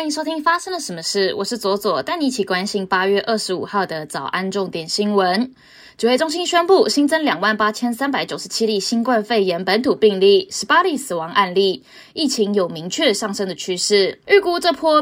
迎收听发生了什么事，我是左左，带你一起关心8月25号的早安重点新闻。指挥中心宣布新增28397例新冠肺炎本土病例，18例死亡案例，疫情有明确上升的趋势。预估这波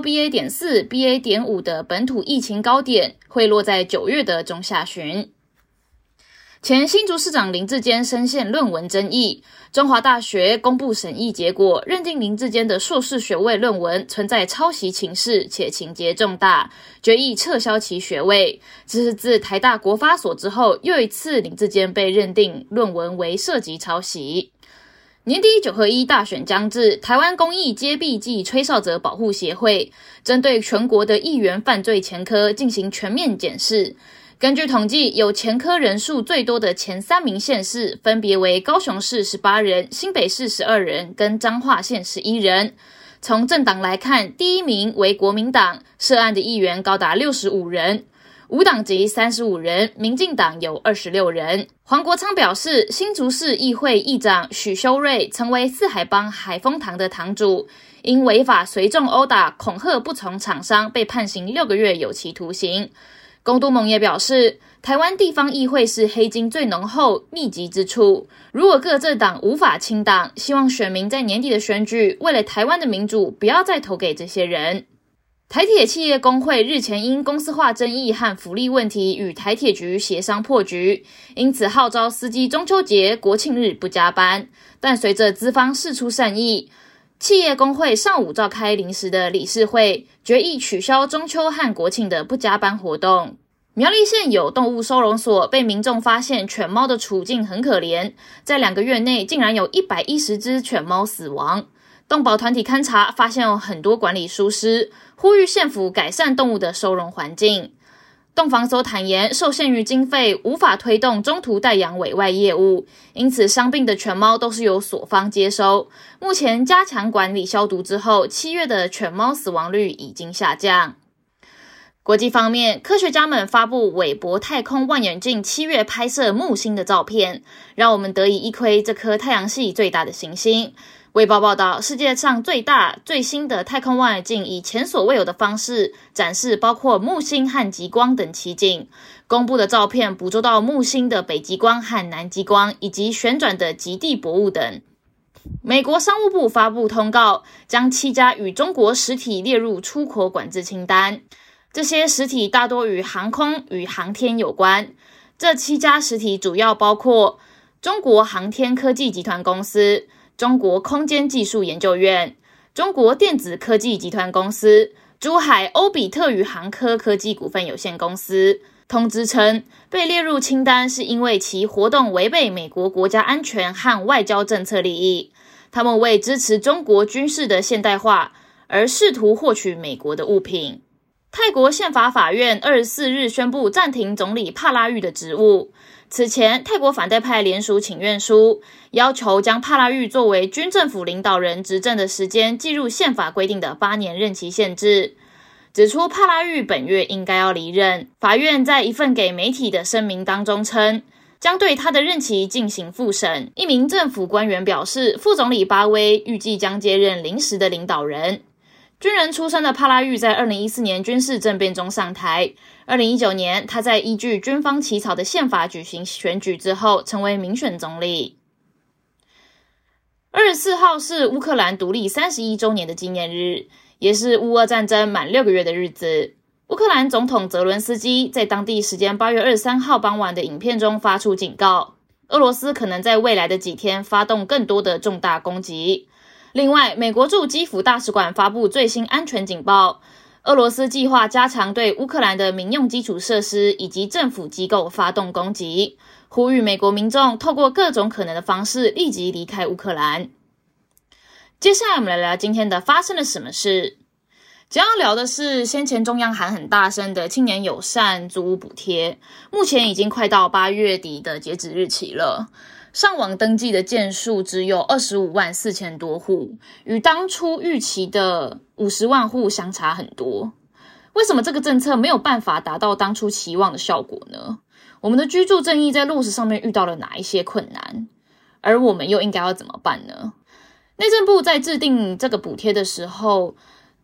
BA.4、BA.5 的本土疫情高点会落在9月的中下旬。前新竹市长林智坚深陷论文争议，中华大学公布审议结果，认定林智坚的硕士学位论文存在抄袭情事，且情节重大，决议撤销其学位。这是自台大国发所之后，又一次林智坚被认定论文为涉及抄袭。年底9合1大选将至，台湾公益揭弊暨吹哨者保护协会针对全国的议员犯罪前科进行全面检视。根据统计，有前科人数最多的前3名县市分别为高雄市18人、新北市12人跟彰化县11人。从政党来看，第一名为国民党，涉案的议员高达65人，无党籍35人，民进党有26人。黄国昌表示，新竹市议会议长许修睿曾为四海帮海丰堂的堂主，因违法随众殴打、恐吓不从厂商，被判刑6个月有期徒刑。公督盟也表示，台湾地方议会是黑金最浓厚、密集之处。如果各政党无法清党，希望选民在年底的选举，为了台湾的民主，不要再投给这些人。台铁企业工会日前因公司化争议和福利问题与台铁局协商破局，因此号召司机中秋节、国庆日不加班。但随着资方释出善意，企业工会上午召开临时的理事会，决议取消中秋和国庆的不加班活动。苗栗县有动物收容所被民众发现犬猫的处境很可怜，在2个月内竟然有110只犬猫死亡。动保团体勘查发现有很多管理疏失，呼吁县府改善动物的收容环境。动防所坦言，受限于经费，无法推动中途代养委外业务，因此伤病的犬猫都是由所方接收。目前加强管理消毒之后，7月的犬猫死亡率已经下降。国际方面，科学家们发布韦伯太空望远镜7月拍摄木星的照片，让我们得以一窥这颗太阳系最大的行星。卫报报道，世界上最大、最新的太空望远镜以前所未有的方式展示包括木星和极光等奇景。公布的照片捕捉到木星的北极光和南极光，以及旋转的极地薄雾等。美国商务部发布通告，将7家与中国实体列入出口管制清单。这些实体大多与航空与航天有关。这7家实体主要包括中国航天科技集团公司、中国空间技术研究院、中国电子科技集团公司、珠海欧比特宇航科科技股份有限公司。通知称，被列入清单是因为其活动违背美国国家安全和外交政策利益，他们为支持中国军事的现代化而试图获取美国的物品。泰国宪法法院24日宣布暂停总理帕拉育的职务。此前，泰国反对派联署请愿书，要求将帕拉育作为军政府领导人执政的时间计入宪法规定的8年任期限制，指出帕拉育本月应该要离任。法院在一份给媒体的声明当中称，将对他的任期进行复审。一名政府官员表示，副总理巴威预计将接任临时的领导人。军人出身的帕拉育在2014年军事政变中上台，2019年他在依据军方起草的宪法举行选举之后，成为民选总理。24号是乌克兰独立31周年的纪念日，也是乌俄战争满6个月的日子。乌克兰总统泽伦斯基在当地时间8月23号傍晚的影片中发出警告，俄罗斯可能在未来的几天发动更多的重大攻击。另外，美国驻基辅大使馆发布最新安全警报，俄罗斯计划加强对乌克兰的民用基础设施以及政府机构发动攻击，呼吁美国民众透过各种可能的方式立即离开乌克兰。接下来我们来聊今天的发生了什么事。将要聊的是先前中央喊很大声的青年友善租屋补贴，目前已经快到8月底的截止日期了。上网登记的件数只有25万4千多户，与当初预期的50万户相差很多。为什么这个政策没有办法达到当初期望的效果呢？我们的居住正义在落实上面遇到了哪一些困难？而我们又应该要怎么办呢？内政部在制定这个补贴的时候，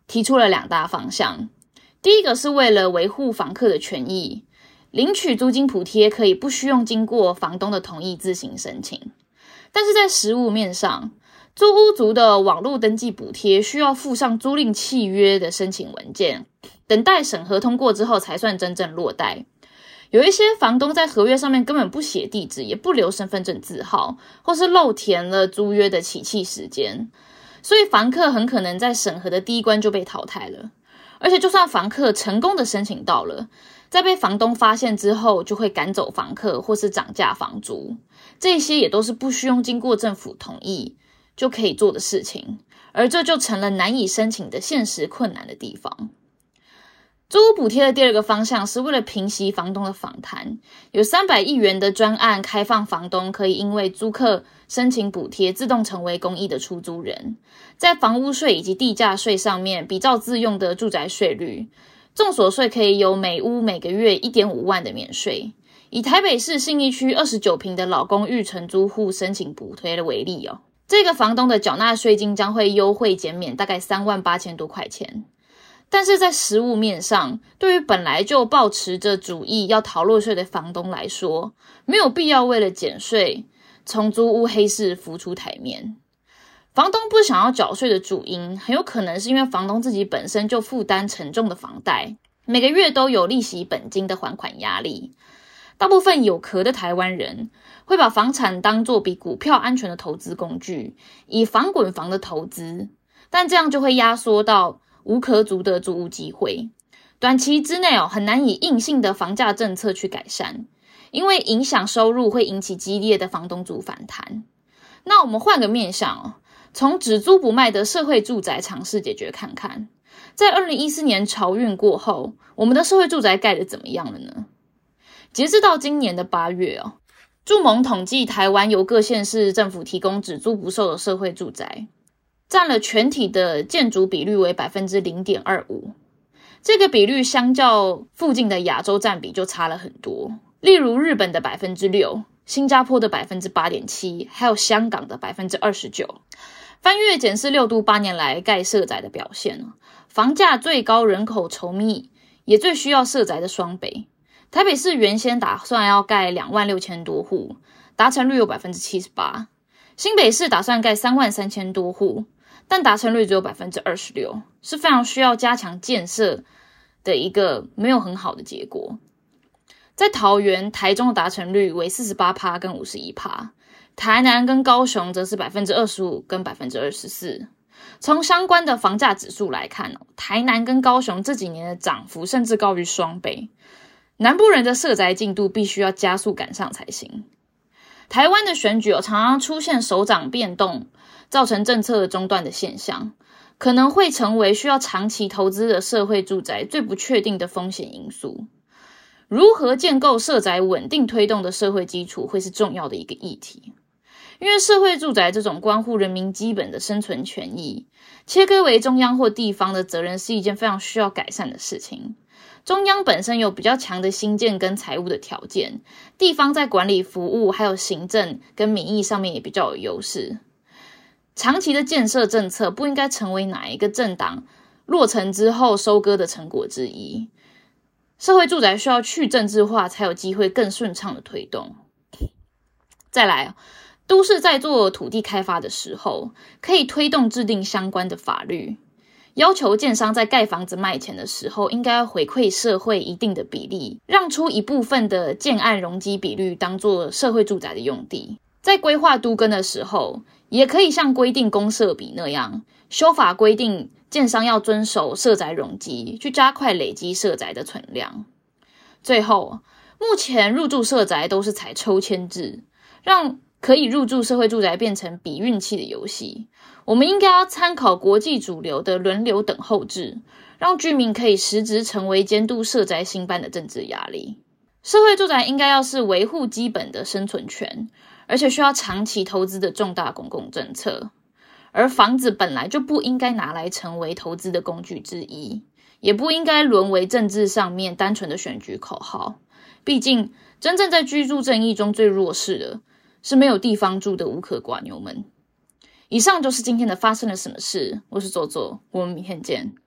提出了2大方向。第一个是为了维护房客的权益，领取租金补贴可以不需用经过房东的同意自行申请。但是在实务面上，租屋族的网络登记补贴需要附上租赁契约的申请文件，等待审核通过之后才算真正落袋。有一些房东在合约上面根本不写地址，也不留身份证字号，或是漏填了租约的起讫时间，所以房客很可能在审核的第一关就被淘汰了。而且就算房客成功的申请到了，在被房东发现之后就会赶走房客或是涨价房租，这些也都是不需用经过政府同意就可以做的事情，而这就成了难以申请的现实困难的地方。租屋补贴的第2个方向是为了平息房东的访谈，有300亿元的专案开放房东可以因为租客申请补贴自动成为公益的出租人，在房屋税以及地价税上面比照自用的住宅税率，综所税可以有每屋每个月 1.5 万的免税。以台北市信义区29坪的老公寓承租户申请补贴为例这个房东的缴纳税金将会优惠减免大概38000多块钱。但是在实务面上，对于本来就抱持着主义要逃漏税的房东来说，没有必要为了减税从租屋黑市浮出台面。房东不想要缴税的主因，很有可能是因为房东自己本身就负担沉重的房贷，每个月都有利息本金的还款压力。大部分有壳的台湾人会把房产当作比股票安全的投资工具，以房滚房的投资，但这样就会压缩到无壳族的租屋机会，短期之内很难以硬性的房价政策去改善，因为影响收入会引起激烈的房东族反弹。那我们换个面向从只租不卖的社会住宅尝试解决看看，在2014年潮运过后，我们的社会住宅盖得怎么样了呢？截至到今年的8月住盟统计台湾由各县市政府提供只租不售的社会住宅，占了全体的建筑比率为 0.25%， 这个比率相较附近的亚洲占比就差了很多，例如日本的 6%， 新加坡的 8.7%， 还有香港的 29%。 翻阅检视6都8年来盖社宅的表现，房价最高、人口稠密也最需要社宅的双北，台北市原先打算要盖26000多户，达成率有 78%， 新北市打算盖33000多户，但达成率只有 26%， 是非常需要加强建设的一个没有很好的结果。在桃园、台中的达成率为 48% 跟 51%， 台南跟高雄则是 25% 跟 24%。 从相关的房价指数来看台南跟高雄这几年的涨幅甚至高于双北，南部人的社宅进度必须要加速赶上才行。台湾的选举常常出现首长变动，造成政策中断的现象，可能会成为需要长期投资的社会住宅最不确定的风险因素。如何建构社宅稳定推动的社会基础会是重要的一个议题，因为社会住宅这种关乎人民基本的生存权益，切割为中央或地方的责任是一件非常需要改善的事情。中央本身有比较强的新建跟财务的条件，地方在管理服务还有行政跟民意上面也比较有优势。长期的建设政策不应该成为哪一个政党落成之后收割的成果之一。社会住宅需要去政治化，才有机会更顺畅的推动。再来，都市在做土地开发的时候，可以推动制定相关的法律，要求建商在盖房子卖钱的时候，应该要回馈社会一定的比例，让出一部分的建案容积比率当作社会住宅的用地。在规划都更的时候，也可以像规定公设比那样，修法规定建商要遵守社宅容积，去加快累积社宅的存量。最后，目前入住社宅都是采抽签制，让可以入住社会住宅变成比运气的游戏。我们应该要参考国际主流的轮流等候制，让居民可以实质成为监督社宅兴办的政治压力。社会住宅应该要是维护基本的生存权，而且需要长期投资的重大公共政策。而房子本来就不应该拿来成为投资的工具之一，也不应该沦为政治上面单纯的选举口号。毕竟，真正在居住正义中最弱势的是没有地方住的无壳寡牛们。以上就是今天的发生了什么事，我是左左，我们明天见。